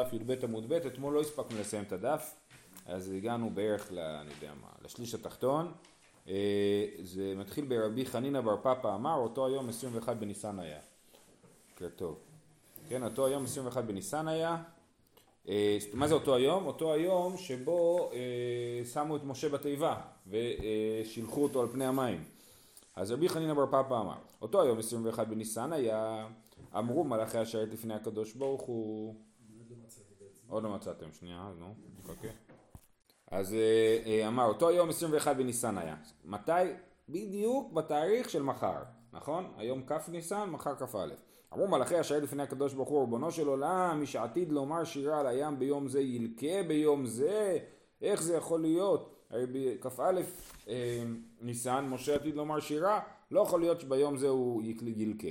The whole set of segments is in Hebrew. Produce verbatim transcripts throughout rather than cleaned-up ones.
דף י"ב עמוד ב'. אתמול לא הספקנו לסיים את הדף, אז הגענו בערך ל, אני יודע מה, לשליש התחתון. זה מתחיל ברבי חנינא בר פפא אמר, אותו היום עשרים ואחד בניסן היה. כתוב. כן, אותו היום עשרים ואחד בניסן היה. מה זה אותו היום? אותו היום שבו שמו את משה בתיבה ושילחו אותו על פני המים. אז רבי חנינא בר פפא אמר, אותו היום עשרים ואחד בניסן היה, אמרו מלאכי השרת לפני הקדוש ברוך הוא. עוד לא מצאתם, שנייה, נו, אוקיי. אז אמר, אותו היום עשרים ואחד בניסן היה. מתי? בדיוק בתאריך של מחר, נכון? היום כ' ניסן, מחר כ' א'. אמרו מלאכי השרת לפני הקדוש ברוך הוא, ריבונו של עולם, מי שעתיד לומר שירה על הים ביום זה ילקה ביום זה, איך זה יכול להיות? הרי בכ"א ניסן, משה עתיד לומר שירה, לא יכול להיות שביום זה הוא ילקה.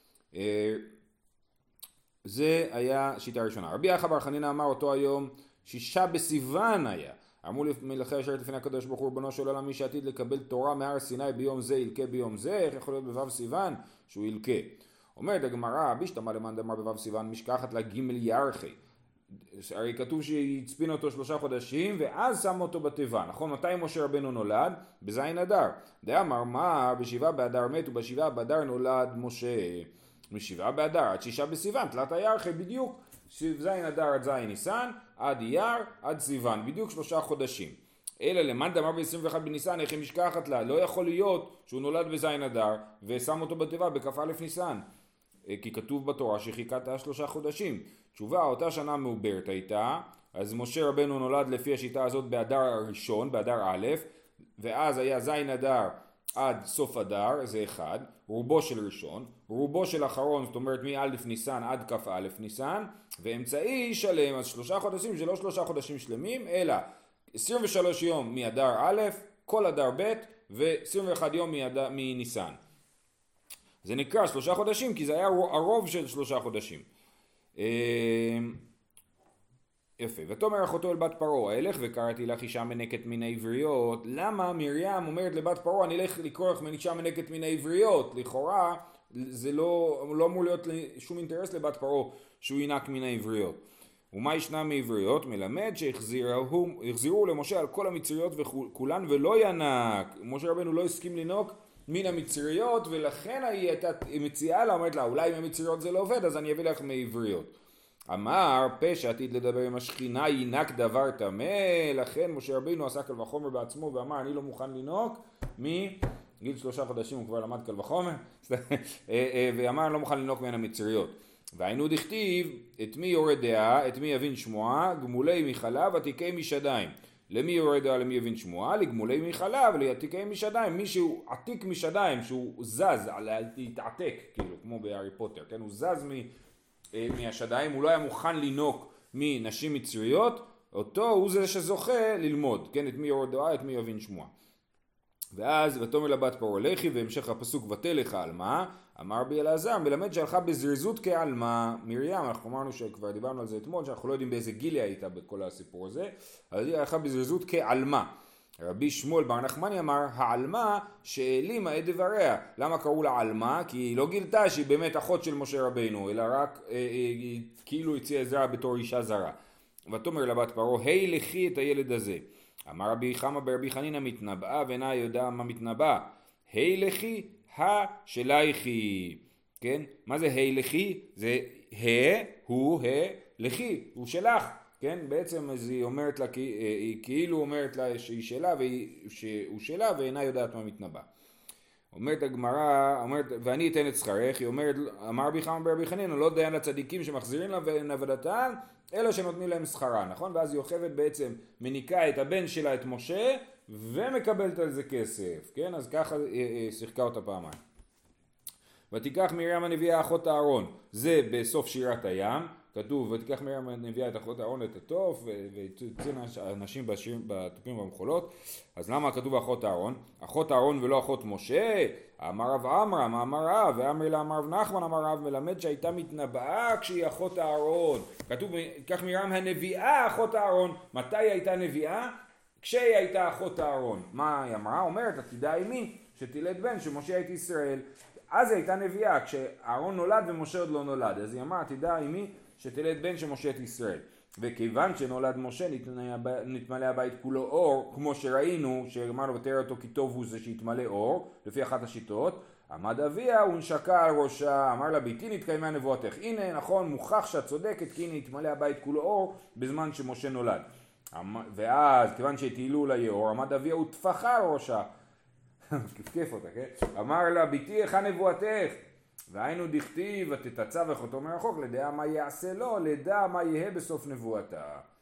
זה היה שיטה ראשונה. רבי יחיא בר חנינא אמר, אותו היום שישה בסיוון היה. אמרו מלאכי השרת לפני הקדוש ברוך הוא, ריבונו של עולם, מי שעתיד לקבל תורה מהר סיני ביום זה ילקה ביום זה, איך יכול להיות בו' סיוון שהוא ילקה? אומרת הגמרא, בישתמא למאן דאמר בו' סיוון משכחת לה ג' ירחי. הרי כתוב שהצפין אותו שלושה חודשים ואז שם אותו בתיבה, נכון? מתי משה רבנו נולד? בזין אדר. דאמר מה בשבעה באדר מת ובשבעה באדר נולד משה. משבעה באדר עד שישה בסיוון, תלת הירחי בדיוק, זין אדר עד זין ניסן, עד אייר, עד סיוון, בדיוק שלושה חודשים. אלא למאן דאמר ב-עשרים ואחד בניסן, איך היא משכחת לה? לא יכול להיות שהוא נולד בזין אדר ושם אותו בתיבה בכ"א ניסן. כי כתוב בתורה שחיכת שלושה חודשים. תשובה, אותה שנה מעוברת הייתה, אז משה רבנו נולד לפי השיטה הזאת באדר הראשון, באדר א', ואז היה זין אדר עד סוף אדר, זה אחד, רובו של ראשון, רובו של אחרון, זאת אומרת מא' ניסן עד כ"א ניסן, ואמצעי שלם, אז שלושה חודשים, זה לא שלושה חודשים שלמים, אלא עשרים ושלושה יום מאדר א', כל אדר ב', ו-עשרים ואחד יום מאדר, מניסן. זה נקרא שלושה חודשים, כי זה היה הרוב של שלושה חודשים. יפה. ותאמר אחותו אל בת פרעה, אלך וקראתי לך אישה מנקת מן העבריות. למה מרים אומרת לבת פרעה, אני אלך לקרוא לך אישה מנקת מן העבריות? לכאורה, זה לא, לא אמור להיות שום אינטרס לבת פרעה שהוא ינק מן העבריות. ומה ישנה מעבריות? מלמד שהחזירו למשה על כל המצריות וכולן ולא ינק. משה רבנו לא הסכים לנוק מן המצריות, ולכן היא הייתה מציעה לה, אומרת לה, אולי עם המצריות זה לא עובד, אז אני אביא לך מעבריות. אמר, פשע עתיד לדבר עם השכינה, ינק דבר טמא, לכן משה רבינו עשה קל וחומר בעצמו, ואמר, אני לא מוכן לנוק, מגיל שלושה חודשים הוא כבר למד קל וחומר, ואמר, לא מוכן לנוק מן המצריות. והיינו דכתיב, את מי יורד דעה, את מי יבין שמועה, גמולי מחלב, עתיקי משדיים. למי יורד דעה, למי יבין שמועה, לגמולי מחלב, לעתיקי משדיים. מי שהוא עתיק משדיים, שהוא זז, להתעתק, כאילו, כמו בהארי פוטר, כן? הוא זז מ... מהשדיים, הוא לא היה מוכן לנוק מנשים מצריות, אותו הוא זה שזוכה ללמוד, כן? את מי יורד דעה, את מי יבין שמועה. ואז, ותאמר לבת פרעה לכי, והמשך הפסוק ותלך על מה? אמר בי אלעזר, מלמד שהלכה בזריזות כעל מה? מרים, אנחנו אמרנו שכבר דיברנו על זה אתמול, שאנחנו לא יודעים באיזה גיל היא הייתה בכל הסיפור הזה, אז היא הלכה בזריזות כעל מה? רבי שמואל בר נחמני אמר, העלמה שהעלימה את דבריה. למה קראו לה עלמה? כי היא לא גילתה שהיא באמת אחות של משה רבינו, אלא רק אה, אה, כאילו הציעה עזרה בתור אישה זרה. ותאמר לבת פרעה, היי לכי את הילד הזה. אמר רבי חמא ברבי חנינא מתנבאה ואינה יודע מה מתנבא. היי לכי, ה שלייכי. כן? מה זה היי לכי? זה ה, הוא, ה, לכי, הוא שלך. כן? בעצם אז היא אומרת לה, היא כאילו אומרת לה שהיא שלה והוא שלה ואינה יודעת מה מתנבא. אומרת הגמרא, אומרת, ואני אתן את שכרך, היא אומרת, אמר בי חמא ברבי חנינא, לא דיין לצדיקים שמחזירים לה ונבדתן, אלא שנותנים להם שכרה, נכון? ואז יוכבד בעצם מניקה את הבן שלה, את משה, ומקבלת על זה כסף, כן? אז ככה שיחקה אותה פעמיים. ותיקח מרים הנביאה אחות אהרון, זה בסוף שירת הים, כתוב, ותיקח מרים הנביאה את אחות אהרון את התוף, ויצאו אנשים בתופים במחולות. אז למה כתוב אחות אהרון? אחות אהרון ולא אחות משה? אמר רב עמרם, אמר רב, ואמר לה אמר רב נחמן, אמר רב, מלמד שהייתה מתנבאה כשהיא אחות אהרון. כתוב, כך מרים הנביאה אחות אהרון. מתי הייתה נביאה? כשהיא הייתה אחות אהרון. מה היא אמרה? אומרת, עתידה עימי שתלד בן שמשה את ישראל. אז היא הייתה נביאה, כשאהרון נולד ומשה עוד לא נולד. אז היא אמרה, עתידה עימי שתלד בן שמשה את ישראל. וכיוון שנולד משה נתמלא הבית כולו אור, כמו שראינו, שאמרנו ותראה אותו כי טוב הוא זה שהתמלא אור, לפי אחת השיטות, עמד אביה ונשקה על ראשה, אמר לה ביתי נתקיימה נבואתך. הנה נכון, מוכח שאת צודקת, כי הנה התמלא הבית כולו אור בזמן שמשה נולד. ואז כיוון שהטילו לה אור, עמד אביה וטפחה על ראשה, כפכף אותה, כן? אמר לה ביתי היכן נבואתך? והיינו דכתיב ותתצווך אותו מרחוק, לדעה מה יעשה לו, לדעה מה יהיה בסוף נבואתה.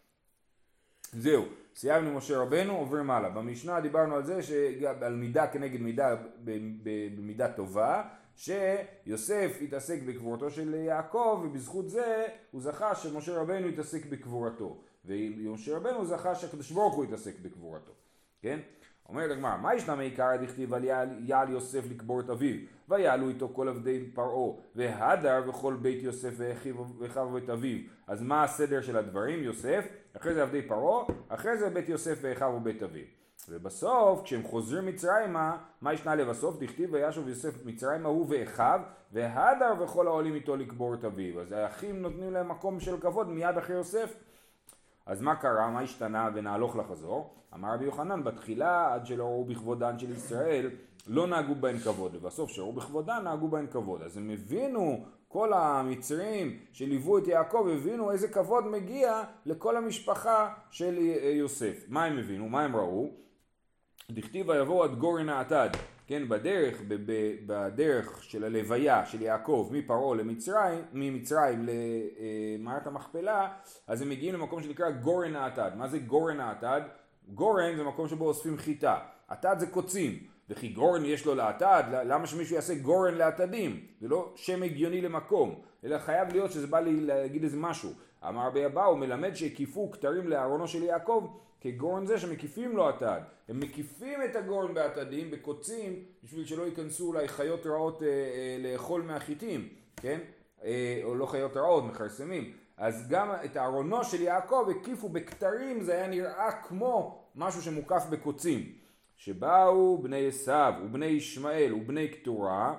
זהו, סיימנו משה רבנו, עוברים הלאה. במשנה דיברנו על זה, על מידה כנגד מידה במידה טובה, שיוסף התעסק בקבורתו של יעקב, ובזכות זה הוא זכה שמשה רבנו התעסק בקבורתו, ומשה רבנו זכה שהקדוש ברוך הוא התעסק בקבורתו, כן? אומרת הגמרא, מה ישנה מעיקרא דכתיב על יעל יוסף לקבור את אביו, ויעלו איתו כל עבדי פרעה, והדר וכל בית יוסף ואחיו ואת אביו. אז מה הסדר של הדברים? יוסף, אחרי זה עבדי פרעה, אחרי זה בית יוסף ואחיו ובית אביו. ובסוף, כשהם חוזרים מצרימה, מה ישנה לבסוף? דכתיב וישוב יוסף מצרימה הוא ואחיו, והדר וכל העולים איתו לקבור את אביו. אז האחים נותנים להם מקום של כבוד מיד אחרי יוסף. אז מה קרה? מה השתנה? ונהלוך לחזור. אמר רבי יוחנן, בתחילה עד שלא ראו בכבודן של ישראל לא נהגו בהן כבוד, ובסוף שראו בכבודן נהגו בהן כבוד. אז הם הבינו, כל המצרים שליוו את יעקב הבינו איזה כבוד מגיע לכל המשפחה של יוסף. מה הם הבינו? מה הם ראו? דכתיב ויבואו עד גורן האטד, כן, בדרך, בדרך של הלוויה של יעקב מפרעה למצרים, ממצרים למערת המכפלה, אז הם מגיעים למקום שנקרא גורן האטד. מה זה גורן האטד? גורן זה מקום שבו אוספים חיטה, אטד זה קוצים, וכי גורן יש לו לאטד, למה שמישהו יעשה גורן לאטדים? זה לא שם הגיוני למקום, אלא חייב להיות שזה בא לי להגיד איזה משהו. אמר רבי אבאו, הוא מלמד שהקיפו כתרים לארונו של יעקב כגורן זה שמקיפים לו אטד. הם מקיפים את הגורן באטדים, בקוצים, בשביל שלא ייכנסו אולי חיות רעות אה, אה, לאכול מהחיטים, כן? אה, או לא חיות רעות, מחרסמים. אז גם את הארונו של יעקב הקיפו בכתרים, זה היה נראה כמו משהו שמוקף בקוצים. שבאו בני עשיו ובני ישמעאל ובני קטורה,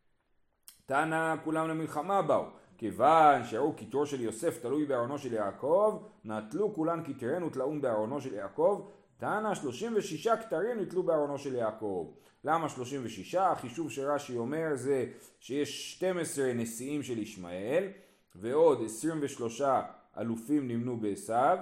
תנא כולם למלחמה באו. כיוון שראו כתרו של יוסף תלוי בארונו של יעקב, נטלו כולן כתרן ותלאון בארונו של יעקב, תנא שלושים ושישה כתרים נטלו בארונו של יעקב. למה שלושים ושישה? החישוב שרש"י אומר זה שיש שנים עשר נשיאים של ישמעאל, ועוד עשרים ושלושה אלופים נמנו בעשיו,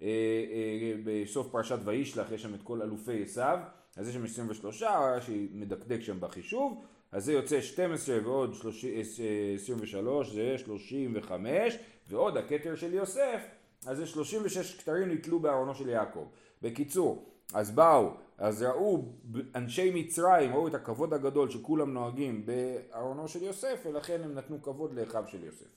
בסוף פרשת וישלח יש שם את כל אלופי עשיו, אז יש שם עשרים ושלושה, רש"י מדקדק שם בחישוב, אז זה יוצא שתים עשרה ועוד עשרים ושלוש, זה שלושים וחמש, ועוד הכתר של יוסף, אז זה שלושים ושש כתרים נתלו בארונו של יעקב. בקיצור, אז באו, אז ראו אנשי מצרים, ראו את הכבוד הגדול שכולם נוהגים בארונו של יוסף, ולכן הם נתנו כבוד לאחיו של יוסף.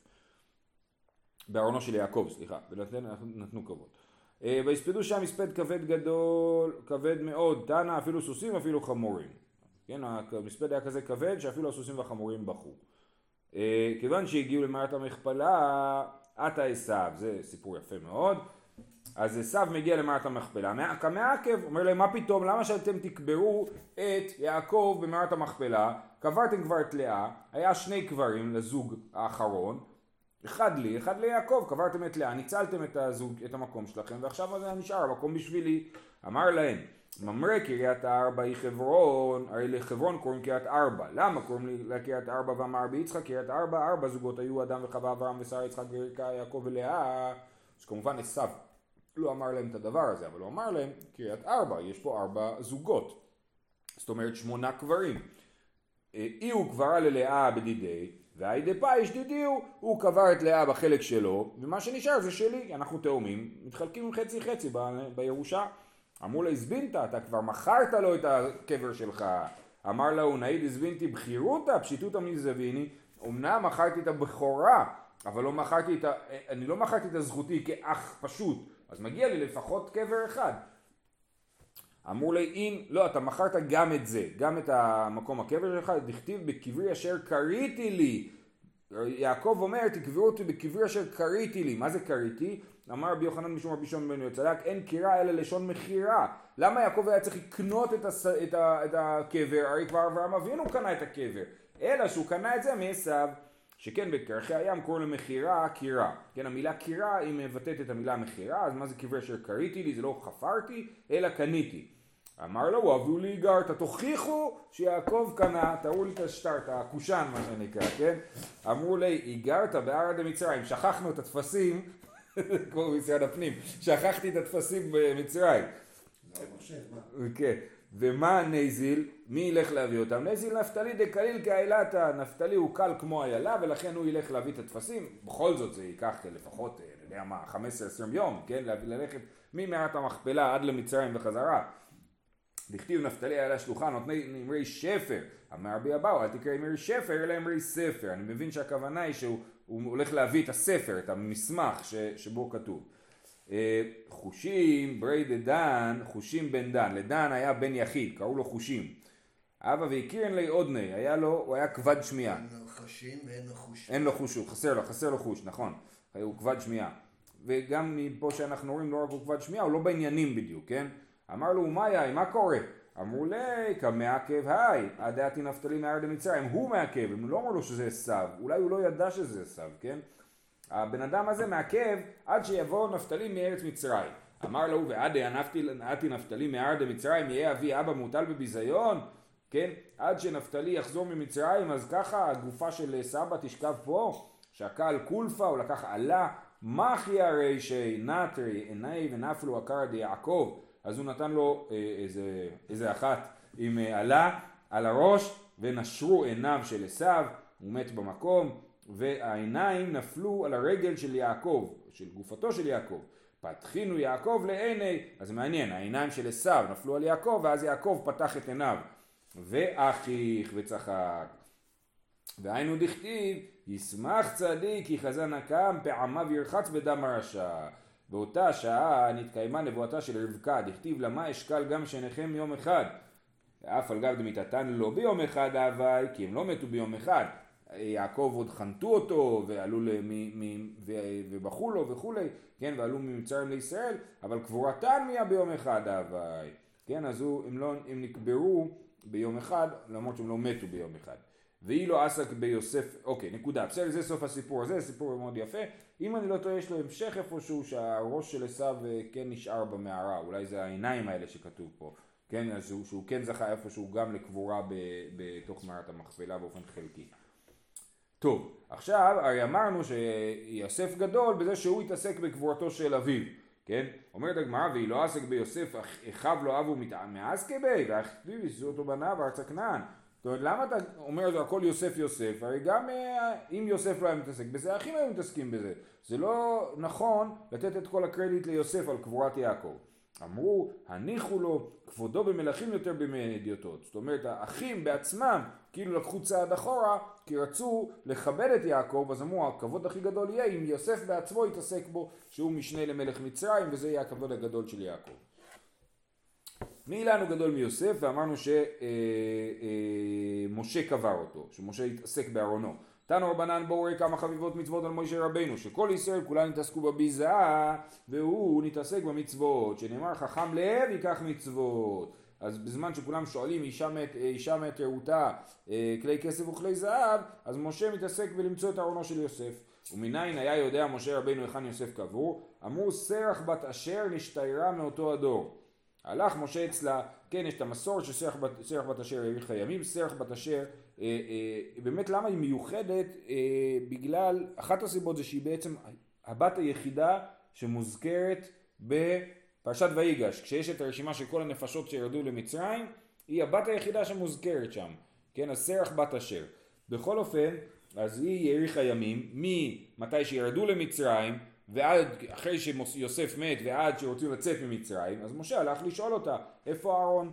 בארונו של יעקב, סליחה, ולכן נתנו כבוד. והספדו שם מספד כבד גדול, כבד מאוד, תנא אפילו סוסים אפילו חמורים. כן, המספד היה כזה כבד שאפילו הסוסים והחמורים בכו. כיוון שהגיעו למערת המכפלה, עתה עשיו, זה סיפור יפה מאוד. אז עשיו מגיע למערת המכפלה, כמעכב, אומר להם מה פתאום, למה שאתם תקברו את יעקב במערת המכפלה? קברתם כבר את לאה, היה שני קברים לזוג האחרון, אחד לי, אחד ליעקב, קברתם את לאה, ניצלתם את הזוג, את המקום שלכם, ועכשיו זה נשאר המקום בשבילי. אמר להם, ממרא קריית הארבע היא חברון, הרי לחברון קוראים קריית ארבע. למה קוראים לקריית ארבע? ואמר ביצחק קריית ארבע, ארבע זוגות היו אדם וחווה אברהם ושרה יצחק ורבקה יעקב ולאה. אז כמובן עשיו לא אמר להם את הדבר הזה, אבל הוא אמר להם קריית ארבע, יש פה ארבע זוגות, זאת אומרת שמונה קברים. אי הוא קברה ללאה בדידי, והאידי פאיש דידיו, הוא קבר את לאה בחלק שלו, ומה שנשאר זה שלי, אנחנו תאומים, מתחלקים עם חצי חצי ב- בירושה. אמרו לה, הזבינתה, אתה כבר מכרת לו את הקבר שלך. אמר לה, הוא נעיד הזבינתי בחירותה, פשיטותה מזביני, אמנם מכרתי את הבכורה, אבל לא מכרתי את ה... אני לא מכרתי את הזכותי כאח פשוט, אז מגיע לי לפחות קבר אחד. אמרו לי, אין, לא, אתה מכרת גם את זה, גם את המקום הקבר שלך, דכתיב בקברי אשר קריתי לי. יעקב אומר, תקברו אותי בקברי אשר קריתי לי. מה זה קריתי? אמר רבי יוחנן משום רבי שמעון בן יהודה, אין קירה אלא לשון מחירה. למה יעקב היה צריך לקנות את, הס... את, ה... את הקבר? הרי כבר אברהם אבינו קנה את הקבר, אלא שהוא קנה את זה מעשיו. שכן בקרחי הים קוראים למחירה קירה. כן, המילה קירה היא מבטאת את המילה מחירה, אז מה זה קברי אשר קריתי לי? זה לא חפרתי, אלא קניתי. אמר לו, אהבו לי איגרת, תוכיחו שיעקב קנה, תראו לי את השטר, את הקושן מה שנקרא, כן? אמרו לי, איגרת בארד מצרים, שכחנו את התפסים, כמו במשרד הפנים, שכחתי את התפסים במצרים. זה המחשב, מה? כן, ומה נזיל? מי ילך להביא אותם? נזיל נפתלי דקליל כאילתה, נפתלי הוא קל כמו איילה, ולכן הוא ילך להביא את התפסים, בכל זאת זה ייקח לפחות, אני יודע מה, חמש עשרה עשרים יום, כן? ללכת ממערת המכפלה עד למצרים וחזרה. דכתיב נפתלי על השלוחה נותני אמרי שפר, אמר רבי אבאו אל תקרא אמרי שפר אלא אמרי ספר. אני מבין שהכוונה היא שהוא הולך להביא את הספר, את המסמך ש, שבו כתוב. חושים ברי דדן, חושים בן דן, לדן היה בן יחיד, קראו לו חושים. אבא והכירן לי עודני, היה לו, הוא היה כבד שמיעה. אין לו חושים ואין לו חוש. אין לו חוש, חסר לו, חסר לו חוש, נכון, הוא כבד שמיעה. וגם מפה שאנחנו רואים לא רק הוא כבד שמיעה, הוא לא בעניינים בדיוק, כן? אמר לו, מה יאי, מה קורה? אמרו לי, כמעכב היי, עדעתי נפתלי מארד מצרים, הוא מעכב, הם לא אמרו לו שזה עשיו, אולי הוא לא ידע שזה עשיו, כן? הבן אדם הזה מעכב עד שיבוא נפתלי מארץ מצרים. אמר לו, ועדעתי נפתלי מארד מצרים, יהיה אבי אבא מוטל בביזיון, כן? עד שנפתלי יחזור ממצרים, אז ככה הגופה של סבא תשכב פה, שקל קולפה, הוא לקח עלה, מחי הרי שנטרי עיני ונפלו עקר די יעקב, אז הוא נתן לו איזה, איזה אחת עם עלה על הראש ונשרו עיניו של עשיו, הוא מת במקום והעיניים נפלו על הרגל של יעקב, של גופתו של יעקב. פתחינו יעקב לעיני, אז מעניין, העיניים של עשיו נפלו על יעקב ואז יעקב פתח את עיניו ואחיך וצחק. והיינו דכתיב ישמח צדיק כי חזן הקם פעמיו ירחץ בדם הרשע. באותה שעה נתקיימה נבואתה של רבקה, דכתיב למה אשקל גם שניכם יום אחד, ואף על גב דמיתתן לא ביום אחד אהבי, כי הם לא מתו ביום אחד, יעקב עוד חנתו אותו ועלו ובחו לו וכולי, כן, ועלו ממצרים לישראל, אבל קבורתן מיה ביום אחד אהבי, כן, אז הוא, הם, לא, הם נקברו ביום אחד, למרות שהם לא מתו ביום אחד. והיא לא עסק ביוסף, אוקיי, נקודה, בסדר, זה סוף הסיפור הזה, סיפור מאוד יפה. אם אני לא טועה, יש לו המשך איפשהו שהראש של עשיו כן נשאר במערה, אולי זה העיניים האלה שכתוב פה, כן, אז שהוא, שהוא כן זכה איפשהו גם לקבורה ב, בתוך מערת המכפלה באופן חלקי. טוב, עכשיו, הרי אמרנו שיוסף גדול בזה שהוא התעסק בקבורתו של אביו, כן? אומרת הגמרא, והיא לא עסק ביוסף, אחיו לא אבו מעסקי בי, ואחיו ישאו אותו בניו וארץ הכנען. זאת אומרת, למה אתה אומר זה הכל יוסף יוסף? הרי גם אם יוסף לא היה מתעסק בזה, האחים היו מתעסקים בזה. זה לא נכון לתת את כל הקרדיט ליוסף על קבורת יעקב. אמרו, הניחו לו כבודו במלכים יותר במדיוטות. זאת אומרת, האחים בעצמם כאילו לקחו צעד אחורה, כי רצו לכבד את יעקב, אז אמרו, הכבוד הכי גדול יהיה אם יוסף בעצמו יתעסק בו, שהוא משנה למלך מצרים, וזה יהיה הכבוד הגדול של יעקב. מי לנו גדול מיוסף? ואמרנו שמשה קבר אותו, שמשה התעסק בארונו. תנו רבנן בואו ראה כמה חביבות מצוות על משה רבינו, שכל ישראל כולם נתעסקו בביזה, והוא נתעסק במצוות, שנאמר חכם לב ייקח מצוות. אז בזמן שכולם שואלים אישה מת רעותה כלי כסף וכלי זהב, אז משה מתעסק בלמצוא את ארונו של יוסף. ומניין היה יודע משה רבינו היכן יוסף קבור? אמרו סרח בת אשר נשתיירה מאותו הדור. הלך משה אצלה, כן, יש את המסורת שסרח בת, סרח בת אשר האריך הימים, סרח בת אשר, אה, אה, באמת למה היא מיוחדת? אה, בגלל, אחת הסיבות זה שהיא בעצם הבת היחידה שמוזכרת בפרשת ויגש, כשיש את הרשימה של כל הנפשות שירדו למצרים, היא הבת היחידה שמוזכרת שם, כן, אז סרח בת אשר. בכל אופן, אז היא האריך הימים, ממתי שירדו למצרים, ועד אחרי שיוסף מת ועד שרוצים לצאת ממצרים, אז משה הלך לשאול אותה, איפה אהרון?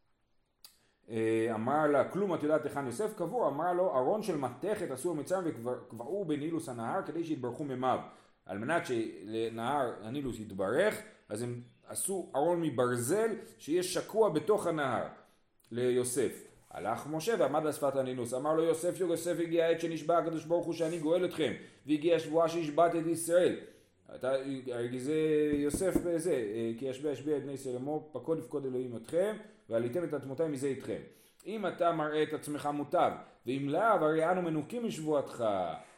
אמר לה, כלום את יודעת היכן יוסף קבור? אמר לו, ארון של מתכת עשו במצרים וקבעו בנילוס הנהר כדי שיתברכו ממיו. על מנת שנהר הנילוס יתברך, אז הם עשו ארון מברזל שיהיה שקוע בתוך הנהר ליוסף. הלך משה ועמד על שפת הנילוס, אמר לו יוסף יוסף הגיע העת שנשבע הקדוש ברוך הוא שאני גואל אתכם, והגיע השבועה שהשבעת את ישראל. אתה, זה יוסף בזה, כי ישבע ישביע את בני ישראל לאמור, פקוד יפקוד אלוהים אתכם, ועליתם את עצמותיי מזה איתכם. אם אתה מראה את עצמך מוטב, ואם לאו, הרי אנו מנוקים משבועתך.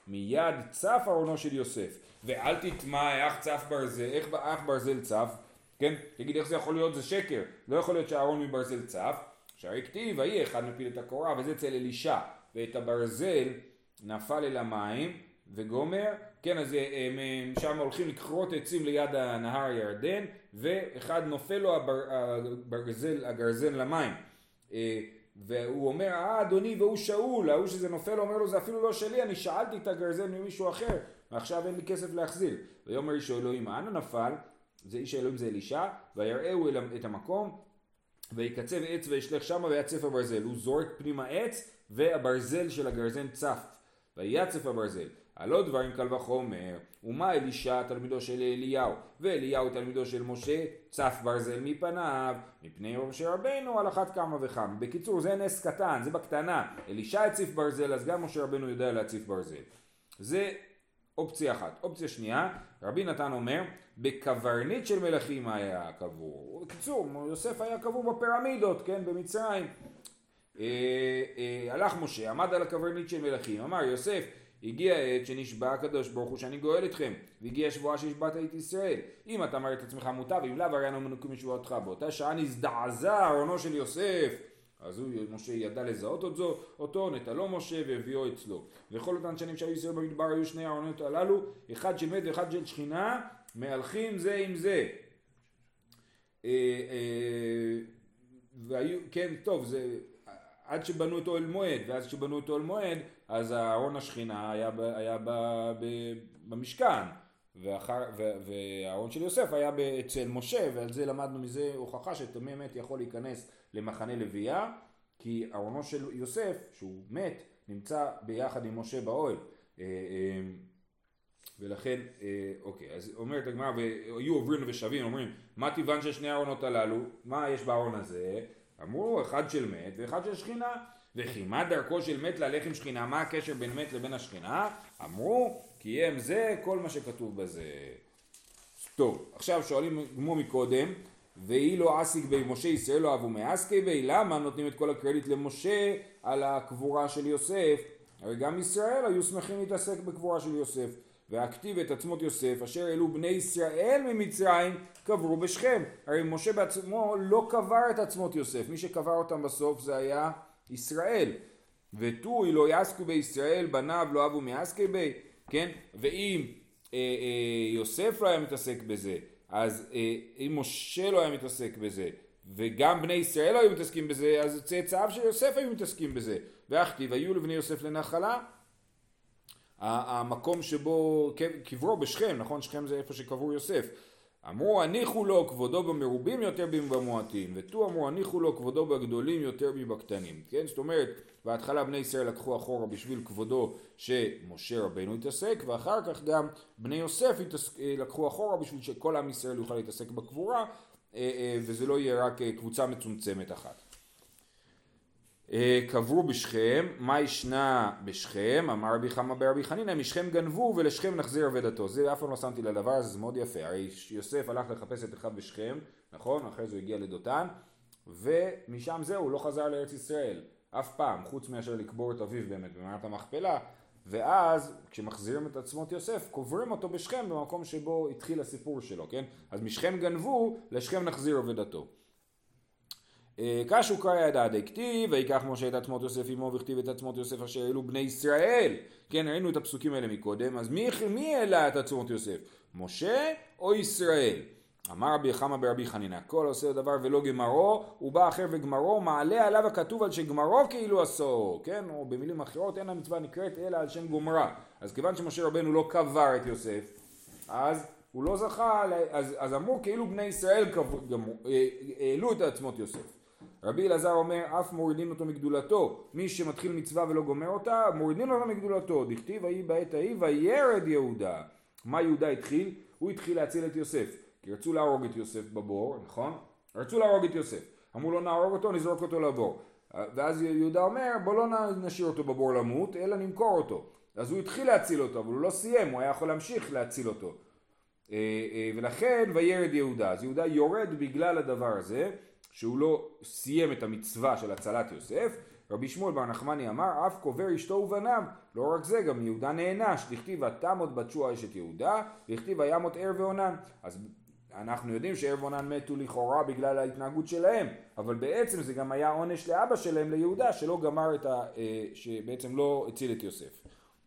מיד צף ארונו של יוסף. ואל תטמע איך צף ברזל, איך אך ברזל צף, כן? תגיד איך זה יכול להיות, זה שקר. לא יכול להיות שהארון מברזל צף. שהרי כתיב, ויהי אחד מפיל את הקורה, וזה אצל אלישע, ואת הברזל נפל אל המים וגומר, כן, אז הם שם הולכים לקרות עצים ליד הנהר ירדן, ואחד נופל לו הבר, הברזל, הגרזן למים, והוא אומר, אה אדוני, והוא שאול, ההוא שזה נופל, אומר לו, זה אפילו לא שלי, אני שאלתי את הגרזן ממישהו אחר, ועכשיו אין לי כסף להחזיר. ויאמר איש האלוהים, אנה נפל? זה איש האלוהים זה אלישע, ויראהו את המקום, ויקצב עץ וישלח שמה ויצף הברזל. הוא זורק פנימה עץ, והברזל של הגרזן צף, ויצף הברזל. הלא דברים קל וחומר, ומה אלישע תלמידו של אליהו, ואליהו תלמידו של משה, צף ברזל מפניו, מפני משה רבנו על אחת כמה וכמה. בקיצור, זה נס קטן, זה בקטנה. אלישע הציף ברזל, אז גם משה רבנו יודע להציף ברזל. זה אופציה אחת. אופציה שנייה, רבי נתן אומר, בקברניט של מלכים היה קבור. בקיצור, יוסף היה קבור בפירמידות, כן, במצרים. אה, אה, הלך משה, עמד על הקברניט של מלכים, אמר יוסף, הגיע עת שנשבע הקדוש ברוך הוא שאני גואל אתכם, והגיע שבועה שהשבעת את ישראל. אם אתה אמר את עצמך מוטב, אם לאו הרי אנו מנוקים משבועתך. באותה שעה נזדעזע ארונו של יוסף. אז הוא, משה ידע לזהות אותו, אותו נטלו משה והביאו אצלו. וכל אותן שנים שהיו ישראל במדבר היו שני הארונות הללו, אחד של מת ואחד של שכינה, מהלכים זה עם זה. אה, אה, והיו, כן, טוב, זה עד שבנו את אוהל מועד, ואז כשבנו את אוהל מועד, אז הארון השכינה היה, ב, היה ב, ב, במשכן, ואחר, ו, והארון של יוסף היה אצל משה, ועל זה למדנו מזה הוכחה שתמי מת יכול להיכנס למחנה לוויה, כי ארונו של יוסף, שהוא מת, נמצא ביחד עם משה באוהל. ולכן, אוקיי, אז אומרת הגמרא, והיו עוברים ושבים, אומרים, מה טבען של שני הארונות הללו? מה יש בארון הזה? אמרו, אחד של מת ואחד של שכינה. וכי מה דרכו של מת להלך עם שכינה? מה הקשר בין מת לבין השכינה? אמרו, כי הם זה כל מה שכתוב בזה. טוב, עכשיו שואלים כמו מקודם, ואי לא עסיק בי משה ישראל לא אהבו מעסקי בי, למה נותנים את כל הקרדיט למשה על הקבורה של יוסף? הרי גם ישראל היו שמחים להתעסק בקבורה של יוסף. והכתיב את עצמות יוסף אשר אלו בני ישראל ממצרים קברו בשכם. הרי משה בעצמו לא קבר את עצמות יוסף, מי שקבר אותם בסוף זה היה ישראל. ותוי לא יעסקו בישראל בניו לא אהבו מעסקי בי, כן? ואם אה, אה, יוסף לא היה מתעסק בזה, אז אה, אם משה לא היה מתעסק בזה, וגם בני ישראל לא היו מתעסקים בזה, אז צאצאיו של יוסף היו מתעסקים בזה. והכתיב היו לבני יוסף לנחלה, המקום שבו קברו בשכם, נכון? שכם זה איפה שקבור יוסף. אמרו הניחו לו כבודו במרובים יותר במועטים, ותו אמרו הניחו לו כבודו בגדולים יותר מבקטנים. כן? זאת אומרת, בהתחלה בני ישראל לקחו אחורה בשביל כבודו שמשה רבנו התעסק, ואחר כך גם בני יוסף לקחו אחורה בשביל שכל עם ישראל יוכל להתעסק בקבורה, וזה לא יהיה רק קבוצה מצומצמת אחת. קברו בשכם, מה ישנה בשכם? אמר רבי חמא ברבי חנינא, משכם גנבו ולשכם נחזיר אבדתו. זה אף פעם לא שמתי לדבר הזה, זה מאוד יפה. הרי יוסף הלך לחפש את אחד בשכם, נכון? אחרי זה הוא הגיע לדותן, ומשם זהו, הוא לא חזר לארץ ישראל אף פעם, חוץ מאשר לקבור את אביו באמת במערת המכפלה. ואז כשמחזירים את עצמות יוסף, קוברים אותו בשכם במקום שבו התחיל הסיפור שלו, כן? אז משכם גנבו, לשכם נחזיר אבדתו. קשו קרא ידע דכתיב, ויקח משה את עצמות יוסף עמו וכתיב את עצמות יוסף אשר אלו בני ישראל. כן, ראינו את הפסוקים האלה מקודם, אז מי, מי העלה את עצמות יוסף? משה או ישראל? אמר רבי חמא ברבי חנינא, כל עושה דבר ולא גמרו, הוא בא אחר וגמרו, מעלה עליו הכתוב על שגמרו כאילו עשו, כן? או במילים אחרות, אין המצווה נקראת אלא על שם גומרה. אז כיוון שמשה רבנו לא קבר את יוסף, אז הוא לא זכה, אז, אז אמרו כאילו בני ישראל העלו את עצמות יוסף. רבי אלעזר אומר, אף מורידים אותו מגדולתו, מי שמתחיל מצווה ולא גומר אותה, מורידים אותו מגדולתו. דכתיב ההיא בעת ההיא וירד יהודה. מה יהודה התחיל? הוא התחיל להציל את יוסף, כי רצו להרוג את יוסף בבור, נכון? רצו להרוג את יוסף, אמרו לו נהרוג אותו, נזרוק אותו לבור. ואז יהודה אומר, בוא לא נשאיר אותו בבור למות, אלא נמכור אותו. אז הוא התחיל להציל אותו, אבל הוא לא סיים, הוא היה יכול להמשיך להציל אותו. ולכן וירד יהודה. אז יהודה יורד בגלל הדבר הזה, שהוא לא סיים את המצווה של הצלת יוסף, רבי שמואל בר נחמני אמר, אף קובר אשתו ובניו, לא רק זה, גם יהודה נענש, דכתיב ותמות בת שוע אשת יהודה, דכתיב וימות ער ועונן. אז אנחנו יודעים שער ועונן מתו לכאורה בגלל ההתנהגות שלהם, אבל בעצם זה גם היה עונש לאבא שלהם, ליהודה, שלא גמר את ה... שבעצם לא הציל את יוסף.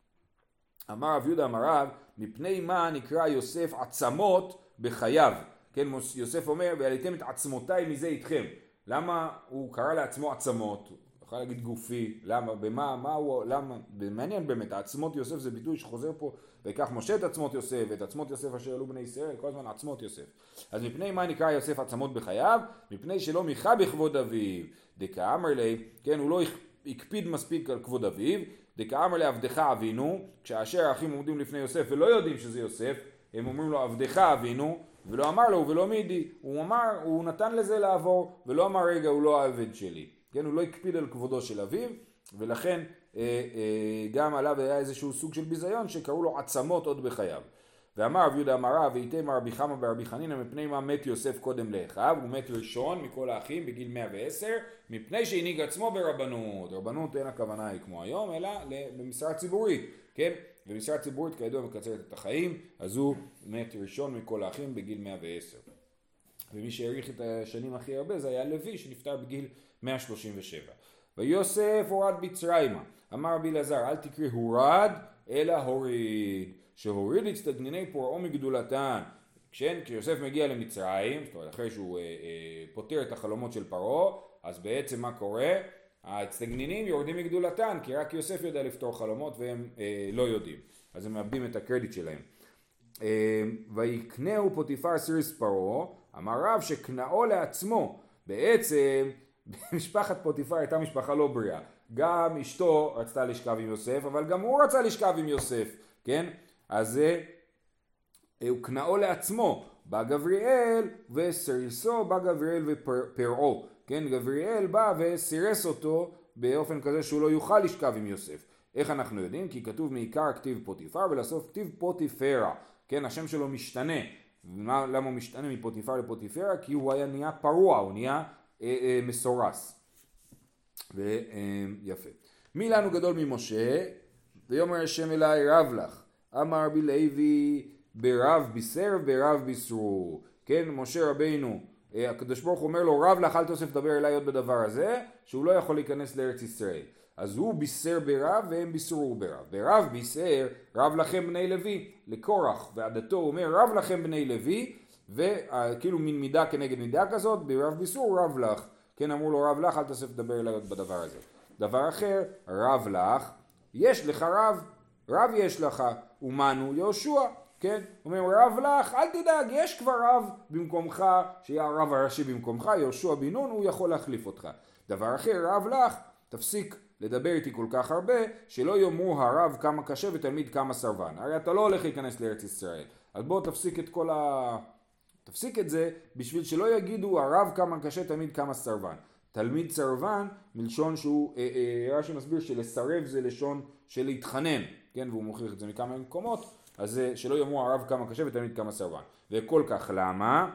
אמר רב יהודה אמר רב, מפני מה נקרא יוסף עצמות בחייו? כן, יוסף אומר, ועליתם את עצמותיי מזה איתכם. למה הוא קרא לעצמו עצמות? יכול להגיד גופי, למה, במה, מה הוא, למה, במעניין באמת, העצמות יוסף זה ביטוי שחוזר פה, ויקח משה את עצמות יוסף, ואת עצמות יוסף אשר עלו בני ישראל, כל הזמן עצמות יוסף. אז מפני מה נקרא יוסף עצמות בחייו? מפני שלא מיכה בכבוד אביו, דקאמר לי, כן, הוא לא הקפיד מספיק על כבוד אביו, דקאמר לי עבדך אבינו, כשאשר האחים עומדים לפני יוסף ולא יודעים שזה יוסף, הם אומרים לו עבדך אבינו, ולא אמר לו ולא מידי, הוא אמר, הוא נתן לזה לעבור, ולא אמר רגע הוא לא העבד שלי. כן, הוא לא הקפיד על כבודו של אביו, ולכן אה, אה, גם עליו היה איזשהו סוג של ביזיון שקראו לו עצמות עוד בחייו. ואמר רב יהודה אמר רב, ויתם רבי חמא ברבי חנינא, מפני מה מת יוסף קודם לאחיו, הוא מת ראשון מכל האחים בגיל מאה ועשר, מפני שהנהיג עצמו ברבנות. רבנות אין הכוונה היא כמו היום, אלא במשרה ציבורית, כן? במשרה ציבורית כידוע מקצרת את החיים, אז הוא מת ראשון מכל האחים בגיל מאה ועשר. ומי שהאריך את השנים הכי הרבה זה היה לוי שנפטר בגיל מאה שלושים ושבע. ויוסף הורד בצרימה, אמר רבי אלעזר, אל תקרא הורד אלא הוריד, שהוריד את תגניני פרעה מגדולתן. כשיוסף מגיע למצרים, זאת אומרת אחרי שהוא אה, אה, פותר את החלומות של פרעה, אז בעצם מה קורה? הצטגנינים יורדים מגדולתן, כי רק יוסף יודע לפתור חלומות והם אה, לא יודעים, אז הם מאבדים את הקרדיט שלהם. אה, ויקנהו פוטיפר סיריס פרעה, אמר רב שקנאו לעצמו. בעצם משפחת פוטיפר הייתה משפחה לא בריאה, גם אשתו רצתה לשכב עם יוסף, אבל גם הוא רצה לשכב עם יוסף, כן? אז זה הוא קנאו לעצמו, בא גבריאל וסירסו, בא גבריאל ופרעו, כן? גבריאל בא וסירס אותו באופן כזה שהוא לא יוכל לשכב עם יוסף. איך אנחנו יודעים? כי כתוב מעיקר כתיב פוטיפר ולסוף כתיב פוטיפרה, כן? השם שלו משתנה. למה הוא משתנה מפוטיפר לפוטיפרה? כי הוא היה נהיה פרוע, הוא נהיה אה, אה, מסורס. ויפה. מי לנו גדול ממשה? ויאמר השם אליי רב לך. אמר רבי לוי ברב בישר ברב בישרו. כן, משה רבינו, הקדוש ברוך הוא אומר לו רב לך, אל תוסף דבר אליי עוד בדבר הזה, שהוא לא יכול להיכנס לארץ ישראל. אז הוא בישר ברב והם בישרו ברב. ברב בישר רב לכם בני לוי, לקורח ועדתו הוא אומר רב לכם בני לוי, וכאילו מין מידה כנגד מידה כזאת, ברב בישרו רב לך. כן, אמרו לו רב לך, אל תוסף דבר אליי עוד בדבר הזה. דבר אחר, רב לך, יש לך רב, רב יש לך, ומנו יהושע, כן? הוא אומר רב לך, אל תדאג, יש כבר רב במקומך, שיהיה הרב הראשי במקומך, יהושע בן נון, הוא יכול להחליף אותך. דבר אחר, רב לך, תפסיק לדבר איתי כל כך הרבה, שלא יאמרו הרב כמה קשה ותלמיד כמה סרבן. הרי אתה לא הולך להיכנס לארץ ישראל, אז בוא תפסיק את כל ה... תפסיק את זה, בשביל שלא יגידו הרב כמה קשה תלמיד כמה סרבן. תלמיד סרבן, מלשון שהוא, אה, אה, רש"י מסביר שלסרב זה לשון של להתחנן, כן? והוא מוכיח את זה מכמה מקומות, אז שלא יאמרו הרב כמה קשה ותלמיד כמה סרבן. וכל כך למה?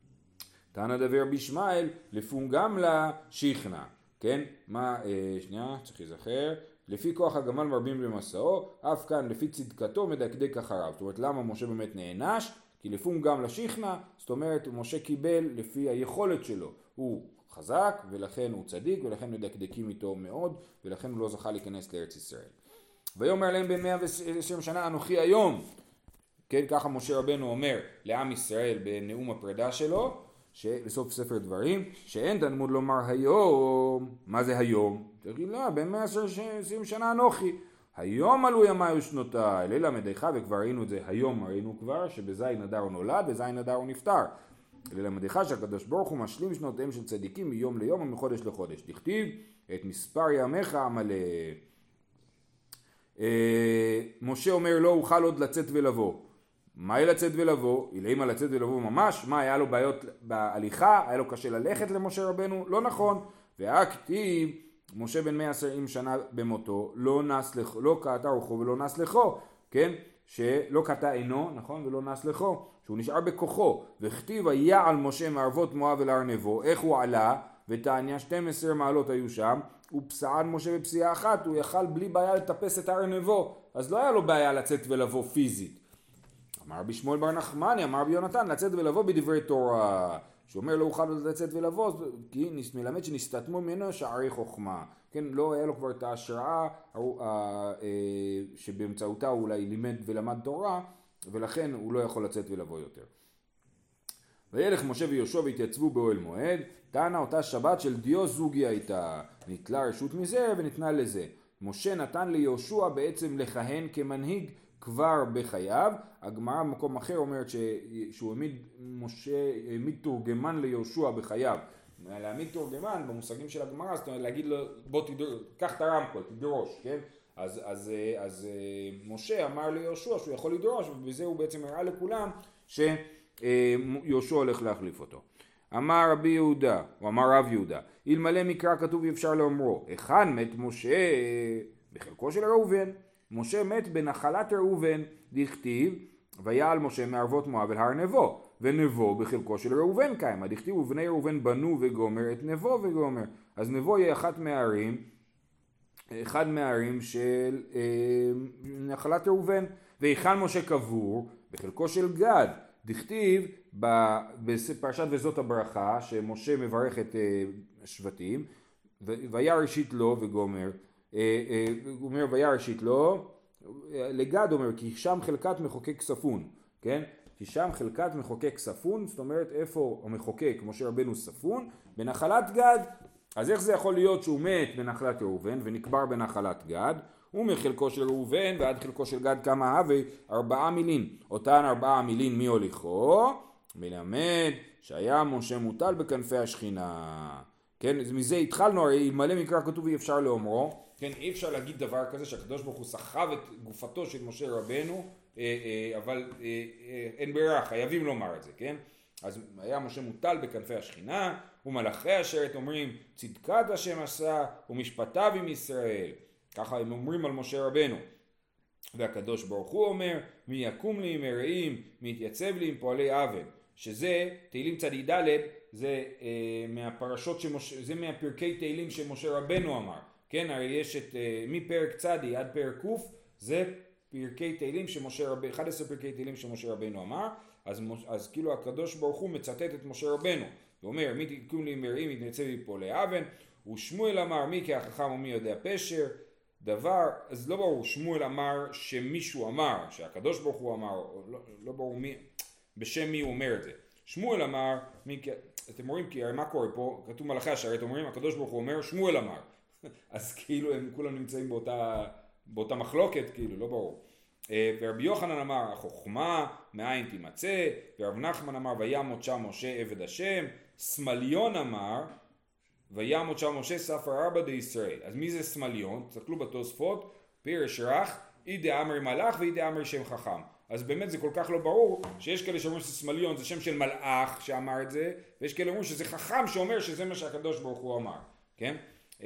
תנא דבר בישמעאל לפום גם לה שכנע, כן? מה, אה, שנייה, צריך להיזכר. לפי כוח הגמל מרבים במסעו, אף כאן לפי צדקתו מדקדק אחריו. זאת אומרת, למה משה באמת נענש? כי לפום גם לשכנע, זאת אומרת, משה קיבל לפי היכולת שלו. הוא חזק, ולכן הוא צדיק, ולכן מדקדקים איתו מאוד, ולכן הוא לא זכה להיכנס לארץ ישראל. ויאמר להם במאה ועשרים שנה אנוכי היום, כן, ככה משה רבנו אומר לעם ישראל בנאום הפרידה שלו, בסוף ספר דברים, שאין תלמוד לומר היום. מה זה היום? תגיד לה, במאה ועשרים שנה אנוכי. היום עלו ימי ושנותיי, ללמדך, וכבר ראינו את זה היום, ראינו כבר שבזין אדר הוא נולד, בזין אדר הוא נפטר. ללמדך שהקדוש ברוך הוא משלים שנותיהם של צדיקים מיום ליום ומחודש לחודש. תכתיב את מספר ימיך המלא. משה אומר לא אוכל עוד לצאת ולבוא. מה היא לצאת ולבוא? אילמה לצאת ולבוא ממש? מה, היה לו בעיות בהליכה? היה לו קשה ללכת למשה רבנו? לא נכון. והכתיב משה בן מאה ועשרים שנה במותו, לא נס לכו, לא קעתה רוחו ולא נס לכו, כן? שלא קעתה עינו, נכון? ולא נס לכו, שהוא נשאר בכוחו. וכתיב היה על משה מערבות מואב אל הר נבו, איך הוא עלה? ותעניה שתים עשרה מעלות היו שם, ופסען משה בפסיעה אחת, הוא יכל בלי בעיה לטפס את הר נבו, אז לא היה לו בעיה לצאת ולבוא פיזית. אמר רבי שמואל בר נחמני, אמר רבי יונתן, לצאת ולבוא בדברי תורה. שאומר לא אוכל לצאת ולבוא, כי מלמד שנסתתמו ממנו שערי חוכמה. כן, לא היה לו כבר את ההשראה שבאמצעותה הוא אולי לימד ולמד תורה, ולכן הוא לא יכול לצאת ולבוא יותר. וילך משה ויהושע והתייצבו באוהל מועד, טענה אותה שבת של דיו זוגי הייתה, ניטלה רשות מזה וניתנה לזה. משה נתן ליהושע בעצם לכהן כמנהיג כבר בחייו. הגמרא במקום אחר אומרת שהוא העמיד, משה העמיד תורגמן ליהושע בחייו. להעמיד תורגמן במושגים של הגמרא, זאת אומרת להגיד לו בוא תדרוש, קח את הרמקול, תדרוש, כן? אז, אז, אז משה אמר ליהושע שהוא יכול לדרוש, ובזה הוא בעצם הראה לכולם שיהושע הולך להחליף אותו. אמר רבי יהודה, הוא אמר רב יהודה, אלמלא מקרא כתוב אפשר לאומרו, היכן מת משה? בחלקו של ראובן. משה מת בנחלת ראובן, דכתיב, ויעל משה מערבות מואב אל הר נבו, ונבו בחלקו של ראובן קיים, דכתיב ובני ראובן בנו וגומר את נבו וגומר. אז נבו יהיה אחת מהערים, אחד מהערים של אה, נחלת ראובן. והיכן משה קבור? בחלקו של גד, דכתיב בפרשת וזאת הברכה שמשה מברך את אה, השבטים, וירא ראשית לו וגומר, הוא אומר וירא ראשית לו, לגד אומר כי שם חלקת מחוקק ספון, כן? כי שם חלקת מחוקק ספון, זאת אומרת איפה המחוקק משה רבנו ספון? בנחלת גד. אז איך זה יכול להיות שהוא מת בנחלת ראובן ונקבר בנחלת גד? ומחלקו של ראובן ועד חלקו של גד כמה הווי? ארבעה מילים. אותן ארבעה מילים מי הוליכו? מלמד שהיה משה מוטל בכנפי השכינה. כן, מזה התחלנו, הרי אלמלא מקרא כתוב אי אפשר לאומרו, כן, אי אפשר להגיד דבר כזה שהקדוש ברוך הוא סחב את גופתו של משה רבנו, אבל אין ברירה, חייבים לומר את זה, כן? אז היה משה מוטל בכנפי השכינה, ומלאכי השרת אומרים צדקת השם עשה ומשפטיו עם ישראל, ככה הם אומרים על משה רבנו. והקדוש ברוך הוא אומר מי יקום לי עם מרעים, מי יתייצב לי עם פועלי אבן, שזה תהילים צדיק ד', זה אה, מהפרשות שמשה, זה מהפרקי תהילים שמשה רבנו אמר, כן? הרי יש את אה, מפרק צדי עד פרק קוף, זה פרקי תהילים שמשה רבנו, אחד עשר פרקי תהילים שמשה רבנו אמר. אז, אז כאילו הקדוש ברוך הוא מצטט את משה רבנו ואומר מי תקום לי מרעים יתייצב לי פועלי אבן, ושמואל אמר מי כי החכם ומי יודע פשר דבר. אז לא ברור, שמואל אמר שמישהו אמר, שהקדוש ברוך הוא אמר, לא, לא ברור מי, בשם מי הוא אומר את זה. שמואל אמר מי, אתם רואים כי מה קורה פה? כתוב מלאכי השרת אומרים הקדוש ברוך הוא אומר שמואל אמר אז כאילו הם כולם נמצאים באותה, באותה מחלוקת, כאילו לא ברור. ורבי יוחנן אמר החוכמה מאין תימצא, ורב נחמן אמר וימות שם משה עבד השם, סמליון אמר וימות שם משה ספר ארבע דישראל. אז מי זה סמליון? תסתכלו בתוספות, פירש רך אי דאמרי מלאך ואי דאמרי שם חכם. אז באמת זה כל כך לא ברור שיש כאלה שאומרים שסמליון זה שם של מלאך שאמר את זה, ויש כאלה אומרים שזה חכם שאומר שזה מה שהקדוש ברוך הוא אמר, כן?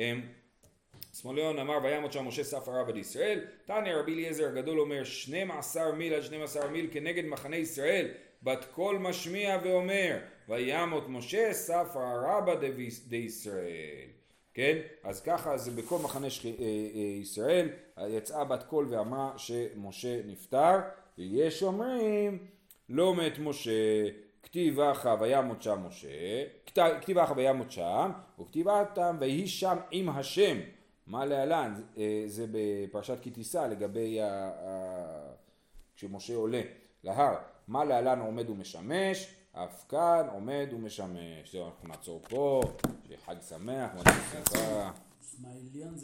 סמליון אמר וימות שם משה ספר ארבע דישראל. תניא רבי אליעזר הגדול אומר שנים עשר מיל עד שנים עשר מיל כנגד מחנה ישראל, בת קול משמיע ואומר וימות משה ספר ארבע דישראל, כן? אז ככה זה בכל מחנה ש... ישראל יצאה בת קול ואמרה שמשה נפטר. ויש אומרים לא מת משה, כתיב אחא וימות שם משה, כתיב אחא וימות שם, וכתיב אתם ויהי שם עם השם. מה להלן? זה בפרשת כי תישא לגבי ה... כשמשה עולה להר, מה להלן עומד ומשמש, אף כאן עומד ומשמש. זהו, אנחנו נעצור פה, שיהיה חג שמח, מועד שמחה.